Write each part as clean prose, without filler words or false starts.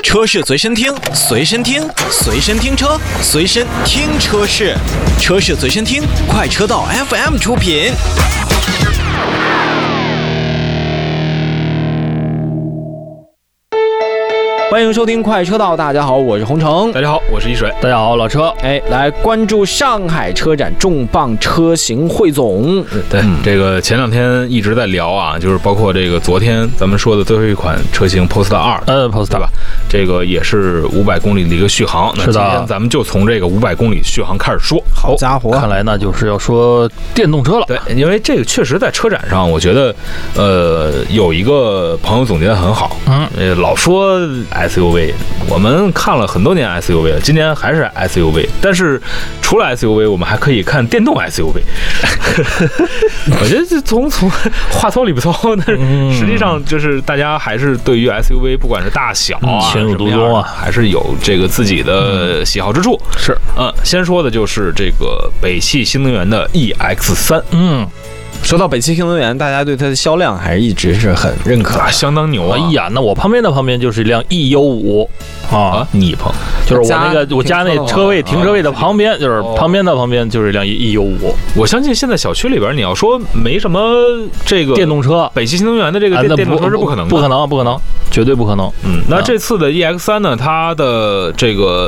车是随身听，随身听，随身听车，随身听车是，车是随身听，快车道 FM 出品。欢迎收听快车道，大家好，我是洪城。 大家好，我是一水。 大家好，老车。 来关注上海车展重磅车型汇总。 对，这个前两天一直在聊啊，就是包括这个昨天咱们说的最后一款车型 Polestar 2， Polestar 对吧？这个也是500公里的一个续航。那今天咱们就从这个500公里续航开始说。 好家伙， 看来呢就是要说电动车了。 对，因为这个确实在车展上，我觉得有一个朋友总结得很好。老说 SUV， 我们看了很多年 SUV 了，今年还是 SUV， 但是除了 SUV， 我们还可以看电动 SUV。我觉得这从话糙理不糙，但是实际上就是大家还是对于 SUV 不管是大小啊， 情有独钟啊， 还是有这个自己的喜好之处。 是， 先说的就是这个北汽新能源的 EX3。 说到北汽新能源，大家对它的销量还是一直是很认可， 相当牛啊！ 哎呀，那我旁边就是一辆 E65啊， 你旁就是我家那车位停车位的旁边，就是旁边就是一辆 E65。 我相信现在小区里边，你要说没什么这个电动车， 北汽新能源的这个电动车是不可能的， 不可能，绝对不可能。 那这次的 EX3 呢，它的这个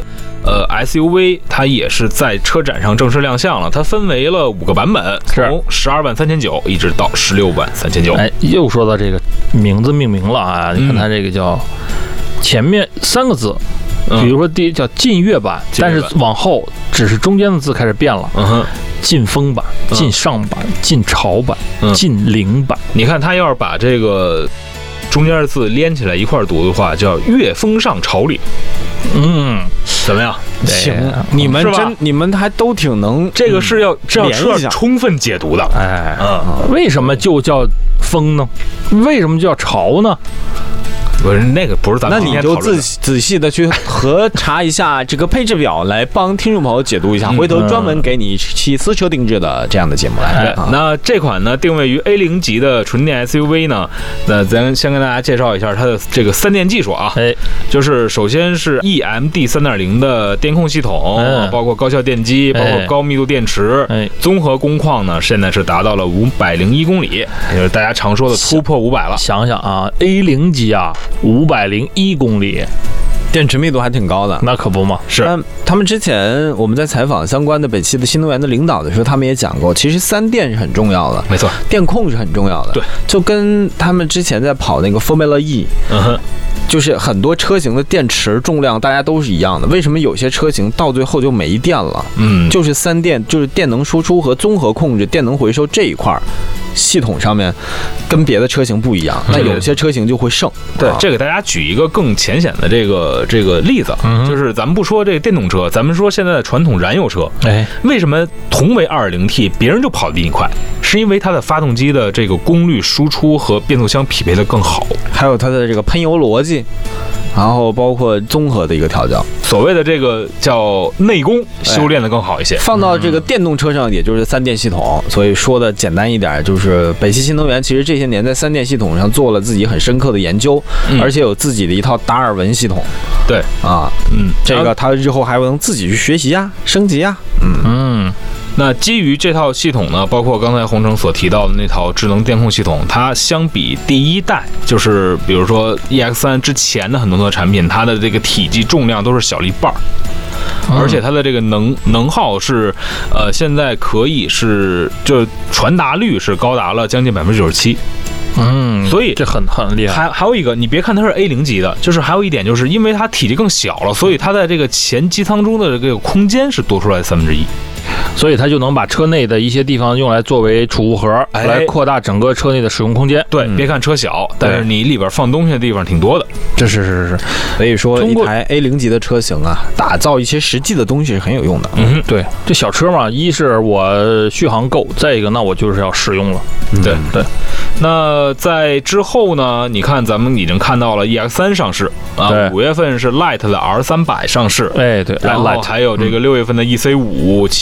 SUV 它也是在车展上正式亮相了，它分为了5个版本，从12.39万一直到16.39万。 又说到这个名字命名了啊，你看它这个叫前面3个字，比如说第一叫劲越版，但是往后只是中间的字开始变了。劲风版、劲上版、劲潮版、劲零版。 你看它要是把这个中间的字连起来一块读的话，叫越风尚潮领。怎么样？ 行，你们还都挺能， 这个是要充分解读的。 为什么就叫风呢？为什么就叫潮呢？ 不是那个，不是咱们今天讨论的。 那你就仔细的去核查一下这个配置表，来帮听众朋友解读一下。回头专门给你起私车定制的这样的节目来。 那这款呢，定位于 A0 级的纯电 SUV 呢，那咱先跟大家介绍一下它的这个3电技术啊。就是首先是 EMD 3.0 的电控系统，包括高效电机，包括高密度电池，综合工况呢现在是达到了501公里，也就是大家常说的突破500了。 想想啊 ，A0 级啊。501公里， 电池密度还挺高的， 那可不嘛。 是， 他们之前我们在采访相关的北汽的新能源的领导的时候，他们也讲过，其实3电是很重要的， 没错， 电控是很重要的。 对， 就跟他们之前在跑那个 Formula E，就是很多车型的电池重量大家都是一样的，为什么有些车型到最后就没电了？就是3电，就是电能输出和综合控制、电能回收这一块系统上面跟别的车型不一样，那有些车型就会胜。 对，这个大家举一个更浅显的这个例子，就是咱们不说这个电动车，咱们说现在的传统燃油车，为什么同为 2.0T 别人就跑得比你快？是因为它的发动机的这个功率输出和变速箱匹配的更好， 还有它的这个喷油逻辑，然后包括综合的一个调教， 所谓的这个叫内功修炼的更好一些。 放到这个电动车上，也就是3电系统。所以说的简单一点，就是北汽新能源其实这些年在3电系统上做了自己很深刻的研究，而且有自己的一套达尔文系统。 对啊， 这个它日后还能自己去学习啊，升级啊。 那基于这套系统呢，包括刚才洪城所提到的那套智能电控系统，它相比第一代，就是比如说 EX3 之前的很多的产品，它的这个体积重量都是小了一半，而且它的这个能耗是，现在可以是就传达率是高达了将近97%。所以这很厉害。 还有一个，你别看它是 A0 级的，就是还有一点，就是因为它体积更小了，所以它在这个前机舱中的这个空间是多出来的1/3。 所以它就能把车内的一些地方用来作为储物盒，来扩大整个车内的使用空间。 对，别看车小，但是你里边放东西的地方挺多的。 这是。 所以说，一台 A0 级的车型啊，打造一些实际的东西是很有用的。 对，这小车嘛，一是我续航够，再一个那我就是要实用了。 对。那在之后呢？你看，咱们已经看到了 EX3 上市啊，5月份是 Lite 的 R300上市， 对， 然后还有这个6月份的 EC5，7月份的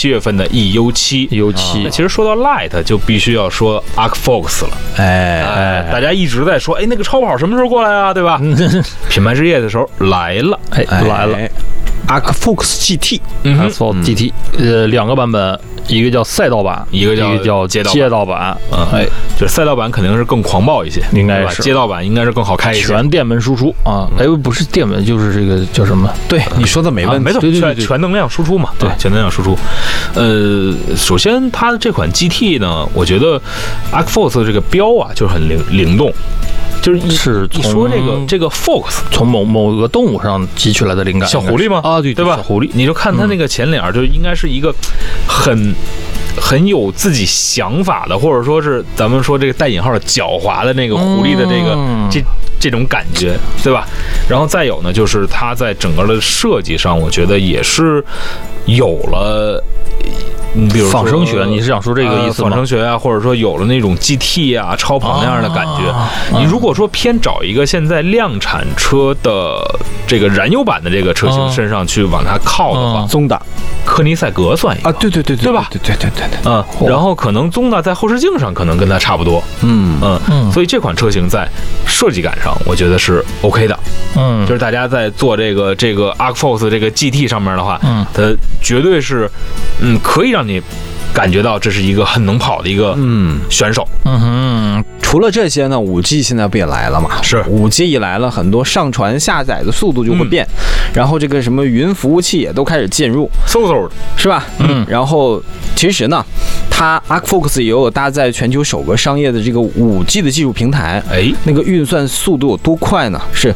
的 EU7。其实说到 Light 就必须要说 ArcFox 了。大家一直在说，那个超跑什么时候过来啊，对吧？品牌之夜的时候来了， 来了。 ArcFox GT，ArcFox GT，两个版本，一个叫赛道版， 一个叫街道版。 就是赛道版肯定是更狂暴一些， 应该是街道版应该是更好开一些， 全电门输出啊！不是电门，就是这个叫什么？ 对，你说的没问题， 没错，全能量输出嘛，对，全能量输出。首先它的这款 GT 呢，我觉得 ArcFox 的这个标啊，就是很灵动。就是一说这个 Fox 从某个动物上汲取来的灵感， 小狐狸吗？对吧？ 小狐狸， 你就看它那个前脸，就应该是一个很有自己想法的，或者说是咱们说这个带引号的狡猾的那个狐狸的这种感觉，对吧？然后再有呢，就是它在整个的设计上，我觉得也是有了。比如仿生学，你是想说这个意思吗？ 仿生学啊，或者说有了那种 GT 啊、超跑那样的感觉。你如果说偏找一个现在量产车的这个燃油版的这个车型身上去往它靠的话， 宗达、 科尼赛格算一个对吧？ 对。然后可能宗达在后视镜上可能跟它差不多。所以这款车型在设计感上，我觉得是 OK 的。就是大家在做这个 ArcFox 这个 GT 上面的话，它绝对是可以让你感觉到这是一个很能跑的一个选手。 除了这些呢，5G 现在不也来了嘛？ 是 5G 一来了，很多上传下载的速度就会变，然后这个什么云服务器也都开始进入，是吧？然后其实呢，它 ArcFox 也有搭载全球首个商业的这个5G 的技术平台。那个运算速度有多快呢？是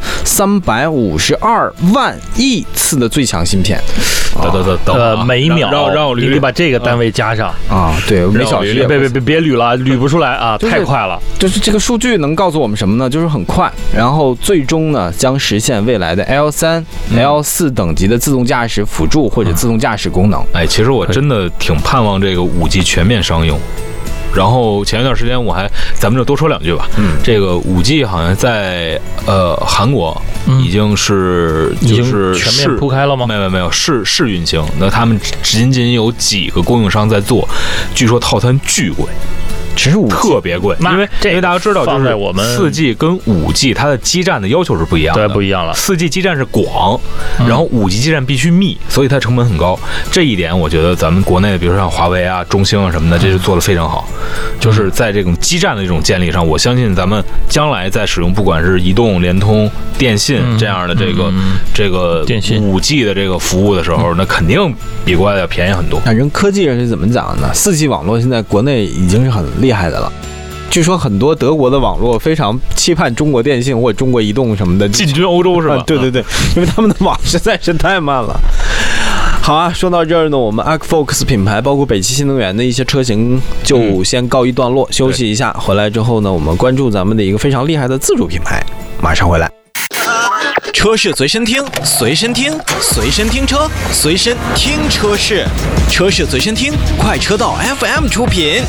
352万亿次的最强芯片。 每秒， 让我捋， 你把这个单位加上对，每小时。 别捋了，捋不出来啊，太快了。 就是这个数据能告诉我们什么呢？就是很快，然后最终呢将实现未来的 L3、L4 等级的自动驾驶辅助或者自动驾驶功能。 其实我真的挺盼望这个5G 全面商用。然后前一段时间咱们就多说两句吧。这个5G 好像在韩国已经是就是全面铺开了吗？ 没有试运行。那他们仅有几个供应商在做，据说套餐巨贵。 其实特别贵，因为大家知道，就是我们 4G 跟5G 它的基站的要求是不一样的， 对，不一样了。 4G 基站是广，然后5G 基站必须密，所以它成本很高。这一点我觉得咱们国内的，比如说像华为啊、中兴啊什么的，这是做得非常好。就是在这种基站的这种建立上，我相信咱们将来在使用不管是移动、联通、电信这样的这个5G 的这个服务的时候，那肯定比国外要便宜很多。 人科技人是怎么讲的？4G 网络现在国内已经是很厉害的了。据说很多德国的网络非常期盼中国电信或者中国移动什么的进军欧洲，是吧？ 对，因为他们的网实在是太慢了。好啊，说到这儿呢，我们 ArcFox 品牌包括北汽新能源的一些车型就先告一段落，休息一下。回来之后呢，我们关注咱们的一个非常厉害的自主品牌，马上回来。车是随身听，随身听，随身听车，随身听车是，车是随身听，快车道 FM 出品。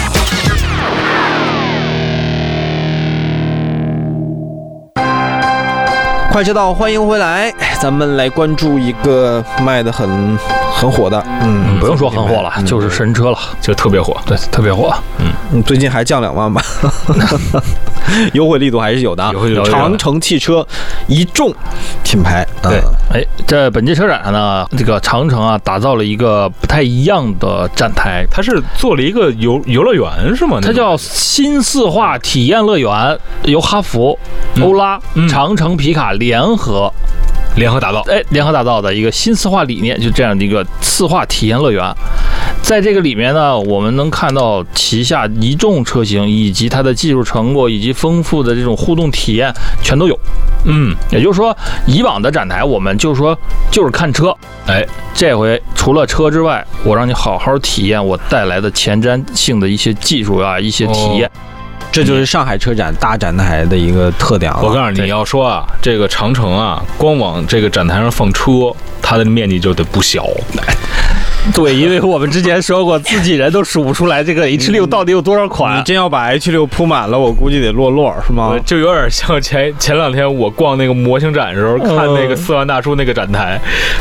快车道，欢迎回来，咱们来关注一个卖的很火的， 不用说很火了，就是神车了， 就特别火， 对，特别火。 最近还降2万吧，优惠力度还是有的啊。长城汽车一众品牌， 对，在本届车展上呢，这个长城啊，打造了一个不太一样的展台， 它是做了一个游乐园是吗？ 它叫新4化体验乐园，由哈弗、欧拉、长城皮卡联合打造的一个新4化理念，就这样的一个4化体验乐园。在这个里面呢，我们能看到旗下一众车型以及它的技术成果以及丰富的这种互动体验全都有。也就是说，以往的展台我们就是看车，这回除了车之外，我让你好好体验我带来的前瞻性的一些技术啊，一些体验。 这就是上海车展大展台的一个特点了。 我告诉你，要说啊，这个长城啊，光往这个展台上放车，它的面积就得不小。 对，因为我们之前说过，自己人都数不出来这个 H6 到底有多少款。 你真要把 H6 铺满了，我估计得落是吗？ 就有点像前2天我逛那个模型展的时候，看那个4万大叔那个展台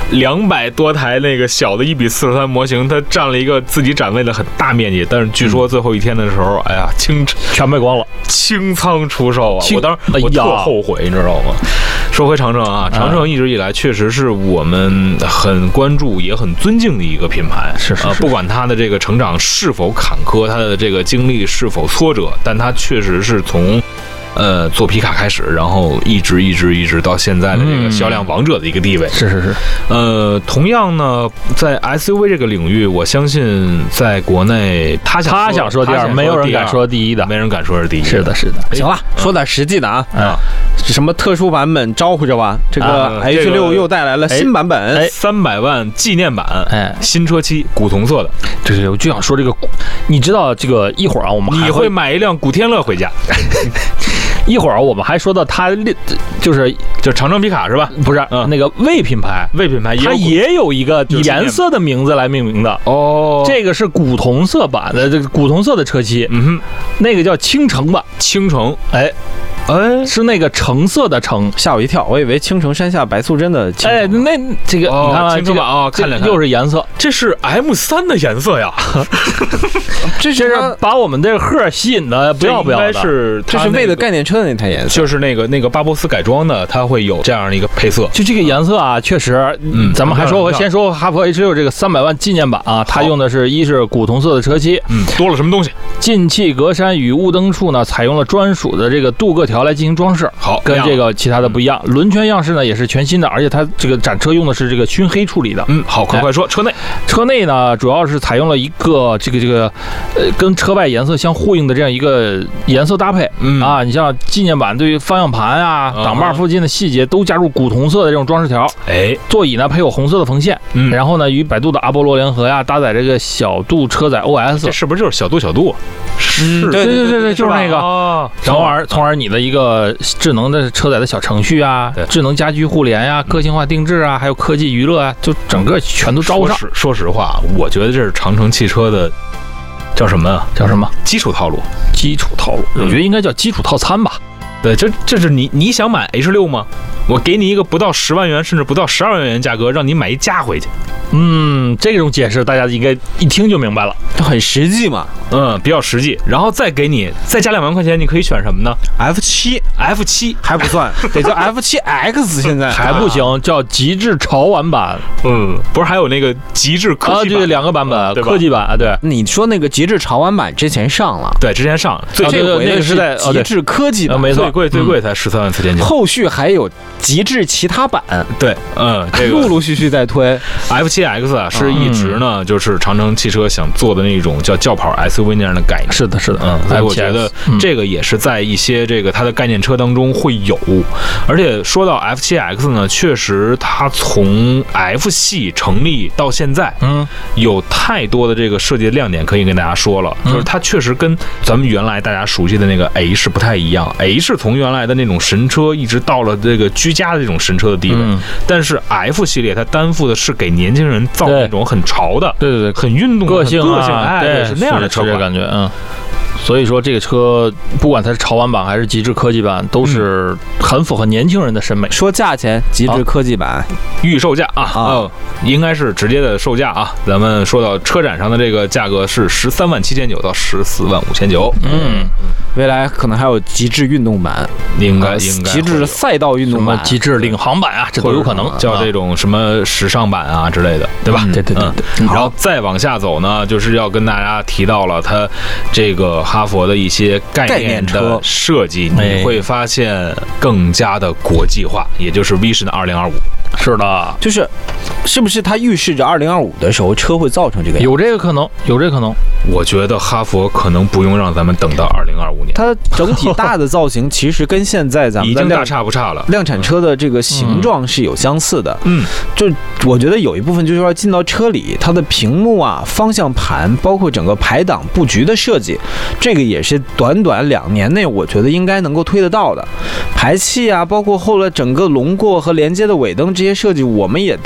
，200多台那个小的1:43模型，它占了一个自己展位的很大面积。但是据说最后一天的时候，哎呀， 全卖光了， 清仓出售啊！我当时我特后悔，你知道吗？说回长城啊，长城一直以来确实是我们很关注也很尊敬的一个品牌， 是不管它的这个成长是否坎坷，它的这个经历是否挫折，但它确实是从做皮卡开始，然后一直到现在的这个销量王者的一个地位。 是。 同样呢，在 SUV 这个领域，我相信在国内他想说第二， 没有人敢说第一的， 没人敢说是第一。 是的。 行了，说点实际的啊。什么特殊版本招呼着吧？这个 H6 又带来了新版本 ，300万纪念版，新车漆，古铜色的。 对，我就想说这个，你知道这个一会儿啊，我们你会买一辆古天乐回家。 一会儿我们还说到它就是长城皮卡是吧？ 不是，那个魏品牌，它也有一个以颜色的名字来命名的哦。 这个是古铜色版的，这个古铜色的车漆，那个叫青城版， 青城， 是那个橙色的橙， 吓我一跳，我以为青城山下白素贞的青城。那这个你看青城版啊，看又是颜色， 这是 M3的颜色呀。 这是把我们这个赫吸引的不要的， 这是为了概念车的那台颜色， 就是那个巴博斯改装的，它会有这样的一个配色。 就这个颜色啊，确实，咱们还说先说哈弗 H6 这个300万纪念版啊，它用的一是古铜色的车漆， 多了什么东西？ 进气格栅与雾灯处呢，采用了专属的这个镀铬条来进行装饰， 好， 跟这个其他的不一样。轮圈样式呢也是全新的，而且它这个展车用的是这个熏黑处理的。 好，快说车内呢，主要是采用了一个这个跟车外颜色相呼应的这样一个颜色搭配。你像纪念版对于方向盘啊、挡把附近的细节都加入古铜色的这种装饰条。座椅呢配有红色的缝线。然后呢，与百度的阿波罗联合呀，搭载这个小度车载 OS。 这是不是就是小度？ 对，就是那个。从而你的一个智能的车载的小程序啊，智能家居互联呀，个性化定制啊，还有科技娱乐啊，就整个全都招上。 说实话，我觉得这是长城汽车的叫什么？基础套路。 我觉得应该叫基础套餐吧。 对，这是你想买 H6 吗？我给你一个不到10万元，甚至不到12万元价格，让你买一家回去。 这种解释大家应该一听就明白了， 很实际嘛。 比较实际。然后再给你再加2万块钱，你可以选什么呢 ？F7 还不算， 得叫 F7X， 现在还不行，叫极致潮玩版。 不是还有那个极致科技版？ 对，2个版本，科技版啊。对， 你说那个极致潮玩版之前上了， 对，之前上， 这回那个是在极致科技版， 没错， 最贵才13万4900。 后续还有极致其他版， 对，这个陆续在推。 F7X 啊，是一直呢，就是长城汽车想做的那种叫轿跑 SUV 那样的概念。 是的， 所以我觉得这个也是在一些这个它的概念车当中会有。而且说到 F7X 呢，确实它从 F 系成立到现在，有太多的这个设计的亮点可以跟大家说了。就是它确实跟咱们原来大家熟悉的那个 H 不太一样。H 从原来的那种神车一直到了这个居家的这种神车的地位，但是 F 系列它担负的是给年轻人造那种很潮的， 对， 很运动、 个性， 是那样的车感觉，所以说这个车不管它是潮玩版还是极致科技版，都是很符合年轻人的审美。 说价钱，极致科技版预售价应该是直接的售价啊。咱们说到车展上的这个价格是13万7900到14万5900。 未来可能还有极致运动版， 应该极致赛道运动版、 极致领航版啊，这都有可能叫这种什么时尚版啊之类的，对吧？ 对。 然后再往下走呢，就是要跟大家提到了它这个哈佛的一些概念的设计，你会发现更加的国际化，也就是 Vision 2025。 是的， 是不是它预示着2025的时候车会造成这个样子？ 有这个可能。 我觉得哈佛可能不用让咱们等到2025年。 它整体大的造型其实跟现在咱们已经大差不差了。 量产车的这个形状是有相似的。就我觉得有一部分就是要进到车里，它的屏幕啊、方向盘，包括整个排档布局的设计，这个也是短2年内我觉得应该能够推得到的。排气啊，包括后来整个轮廓和连接的尾灯这些设计，我们也都能够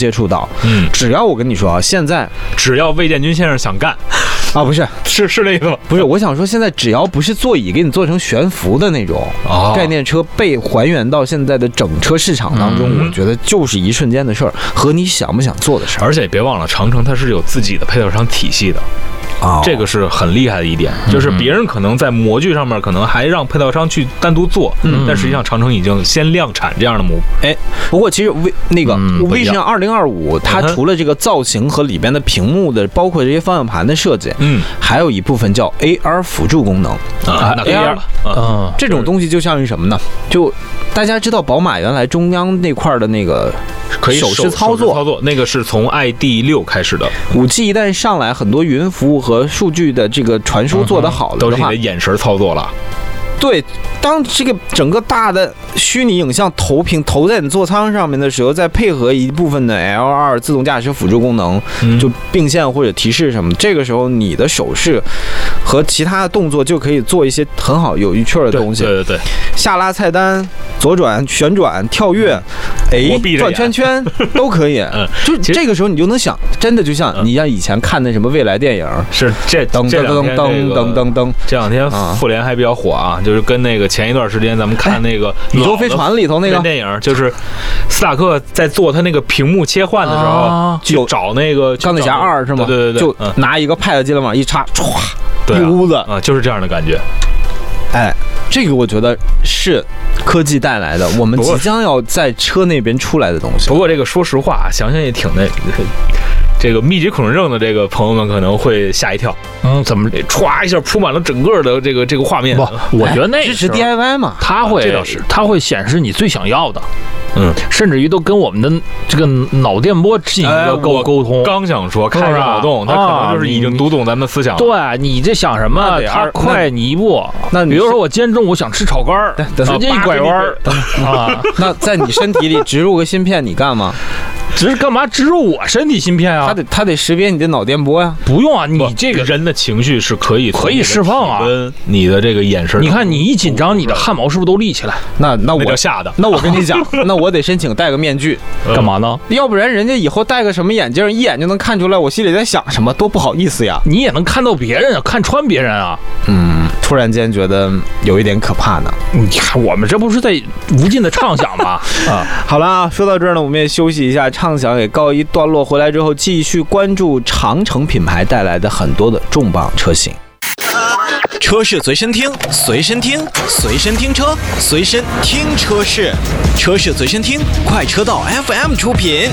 接触到。只要我跟你说啊，现在只要魏建军先生想干啊，不是是那意思吗？ 不是，我想说现在只要不是座椅给你做成悬浮的那种概念车被还原到现在的整车市场当中，我觉得就是一瞬间的事儿，和你想不想做的事儿。 而且别忘了，长城它是有自己的配套商体系的。这个是很厉害的一点，就是别人可能在模具上面可能还让配套商去单独做，但实际上长城已经先量产这样的模。 不过其实威神2025，它除了这个造型和里边的屏幕的，包括这些方向盘的设计，还有一部分叫 AR 辅助功能 AR 了。这种东西就像是什么呢？就大家知道宝马原来中央那块的那个可以手势操作， 那个是从 ID.6 开始的。 5G 一旦上来，很多云服务和数据的这个传输做得好了的话， 都是你的眼神操作了。 对，当这个整个大的虚拟影像投在你座舱上面的时候，再配合一部分的 L2 自动驾驶辅助功能，就并线或者提示什么，这个时候你的手势和其他的动作就可以做一些很好有趣的东西。 对， 下拉菜单、左转、旋转、跳跃，转圈圈都可以。就这个时候你就能想，真的就像你像以前看那什么未来电影， 是这噔噔噔噔噔噔噔。 这两天复联还比较火啊，就是跟那个前一段时间咱们看那个宇宙飞船里头那个电影，就是斯塔克在做他那个屏幕切换的时候，去找那个钢铁侠2是吗？ 对， 就拿一个 pad 机往一插，歘，一屋子啊，就是这样的感觉。 这个我觉得是科技带来的，我们即将要在车那边出来的东西。 不过这个说实话，想想也挺这个密集恐惧症的这个朋友们可能会吓一跳。怎么歘一下铺满了整个的这个画面？ 不，我觉得那支持 DIY 嘛， 它会显示你最想要的。甚至于都跟我们的这个脑电波进行一个沟通。 刚想说，开着脑洞，它可能就是已经读懂咱们的思想了。 对，你这想什么？它快你一步。那比如说我今天中午想吃炒肝儿，直接一拐弯啊， 那在你身体里植入个芯片，你干嘛？ 干嘛植入我身体芯片啊？ 它得识别你的脑电波呀。 不用啊，你这个人的情绪是可以释放啊。 跟你的这个眼神， 你看你一紧张，你的汗毛是不是都立起来？ 那我叫吓的。 那我跟你讲，那我得申请戴个面具， 干嘛呢？ 要不然人家以后戴个什么眼镜，一眼就能看出来我心里在想什么，多不好意思呀。 你也能看到别人，看穿别人啊。 突然间觉得有一点可怕呢。 你看我们这不是在无尽的畅想吗？ 好了啊，说到这儿呢，我们也休息一下，畅想也告一段落。回来之后继续关注长城品牌带来的很多的重磅车型。车市随身听，随身听，随身听车，随身听车市，车市随身听，快车道 FM 出品。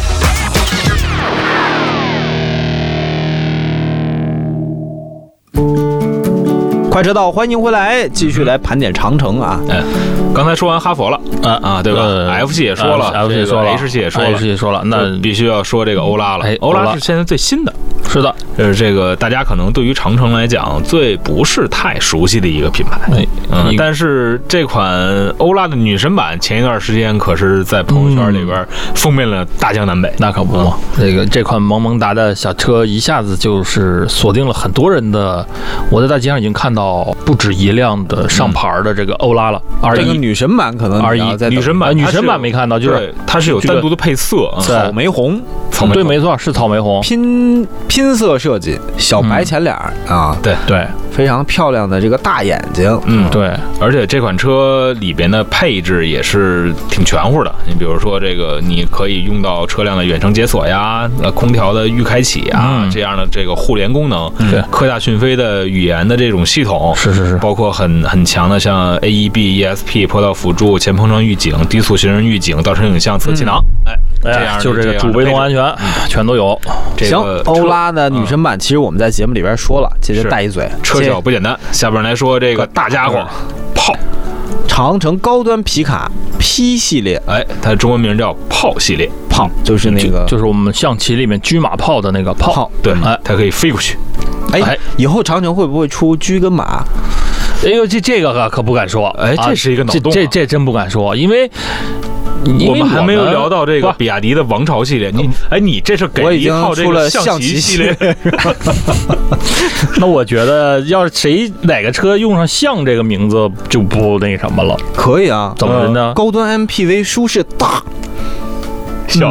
快车道，欢迎回来，继续来盘点长城啊。 刚才说完哈佛了对吧？F 系也说了 ，F 系说了 ，H 系也说了 ，H 系说了，那必须要说这个欧拉了。欧拉是现在最新的。 是的， 这个大家可能对于长城来讲最不是太熟悉的一个品牌，但是这款欧拉的女神版前一段时间可是在朋友圈里边封面了大江南北。 那可不嘛，这款萌萌哒的小车一下子就是锁定了很多人的。我在大街上已经看到不止一辆的上牌的这个欧拉了。 这个女神版可能 R1， 女神版没看到，就是它是有单独的配色， 草莓红。 对，没错，是草莓红， 拼色设计，小白前脸啊， 对， 非常漂亮的这个大眼睛， 对， 而且这款车里边的配置也是挺全乎的。你比如说这个，你可以用到车辆的远程解锁呀，空调的预开启啊，这样的这个互联功能， 对， 科大讯飞的语言的这种系统， 是， 包括很强的像 AEB、ESP 坡道辅助、前碰撞预警、低速行人预警、倒车影像、侧气囊，这样就这个主被动安全全都有。 行，欧拉的女神版其实我们在节目里边说了，接着带一嘴， 车小不简单。下边来说这个大家伙，炮， 长城高端皮卡 P 系列， 它的中文名叫炮系列， 炮就是那个就是我们象棋里面车马炮的那个炮， 对，它可以飞过去。 以后长城会不会出车跟马？ 哎呦，这个可不敢说， 这是一个脑洞， 这真不敢说，因为我们还没有聊到这个比亚迪的王朝系列。你这是给一套这个象棋系列。 那我觉得，要是哪个车用上象这个名字，就不那什么了。 可以啊， 怎么的呢？ 高端 MPV 舒适大。 像。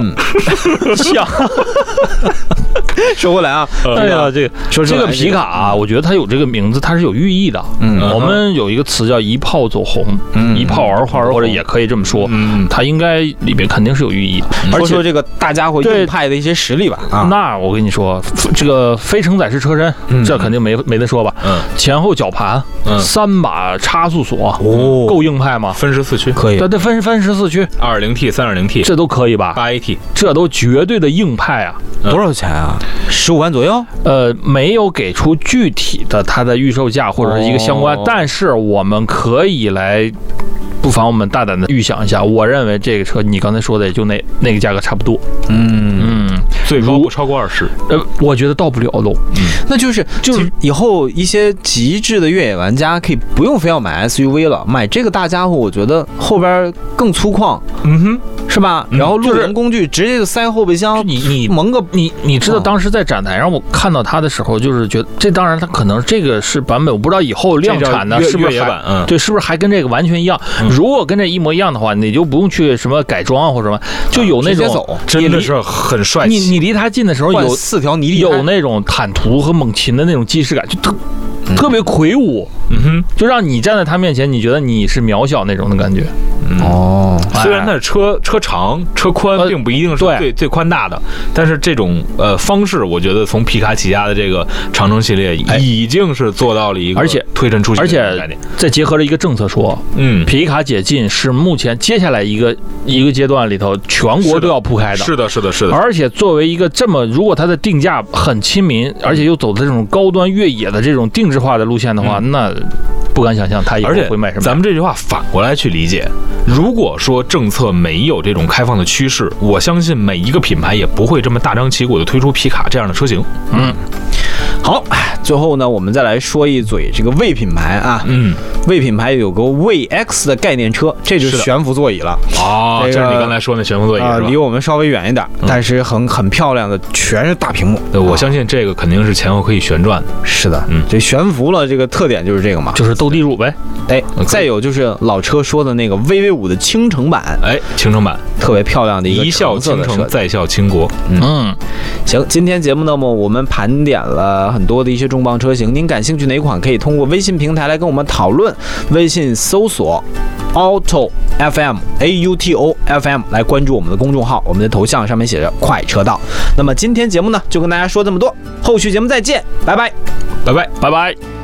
说回来啊， 哎呀，这个皮卡啊，我觉得它有这个名字，它是有寓意的。我们有一个词叫一炮走红，一炮而红，或者也可以这么说。它应该里面肯定是有寓意的。 而且说这个大家伙硬派的一些实力吧。 那我跟你说，这个非承载式车身，这肯定没得说吧？前后绞盘，3把差速锁，够硬派吗？ 分14区可以， 对，分14区 ，2.0T、3.0T， 这都可以吧 ？8AT， 这都绝对的硬派啊！ 多少钱啊？15万左右？ 没有给出具体的它的预售价或者是一个相关，但是我们可以来。不妨我们大胆的预想一下，我认为这个车你刚才说的也就那个价格差不多， 最高不超过20， 我觉得到不了喽。 那就是以后一些极致的越野玩家可以不用非要买 SUV 了，买这个大家伙，我觉得后边更粗犷，是吧？然后路人工具直接就塞后备箱， 你蒙个你知道当时在展台上我看到它的时候，就是觉得这当然它可能这个是版本，我不知道以后量产的是不是越野版， 对，是不是还跟这个完全一样？如果跟这一模一样的话，你就不用去什么改装或者什么，就有那种真的是很帅气。 你离它近的时候有 4条泥地， 有那种坦途和猛禽的那种既视感，就特别魁梧，就让你站在他面前，你觉得你是渺小那种的感觉。 虽然它的车长车宽并不一定是最宽大的，但是这种方式，我觉得从皮卡起家的这个长城系列已经是做到了一个推陈出新的概念， 而且再结合着一个政策说，皮卡解禁是目前接下来一个阶段里头全国都要铺开的。 是的。 而且作为一个这么，如果它的定价很亲民，而且又走的这种高端越野的这种定制化的路线的话，那不敢想象它以后会卖什么。 咱们这句话反过来去理解，如果说政策没有这种开放的趋势，我相信每一个品牌也不会这么大张旗鼓的推出皮卡这样的车型。 好，最后呢，我们再来说一嘴这个魏品牌啊。魏品牌有个魏 X 的概念车，这就是悬浮座椅了。 这是你刚才说那悬浮座椅离我们稍微远一点，但是很漂亮的，全是大屏幕。 我相信这个肯定是前后可以旋转的。 是的，这悬浮了，这个特点就是这个嘛， 就是斗地主呗。 再有就是老车说的那个 VV5 的倾城版， 倾城版特别漂亮的一个一笑倾城，再笑倾国。 行，今天节目呢，我们盘点了很多的一些重磅车型，您感兴趣哪款可以通过微信平台来跟我们讨论，微信搜索 Auto FM AUTO FM 来关注我们的公众号，我们的头像上面写着快车道。那么今天节目呢就跟大家说这么多，后续节目再见，拜拜， 拜拜，拜拜。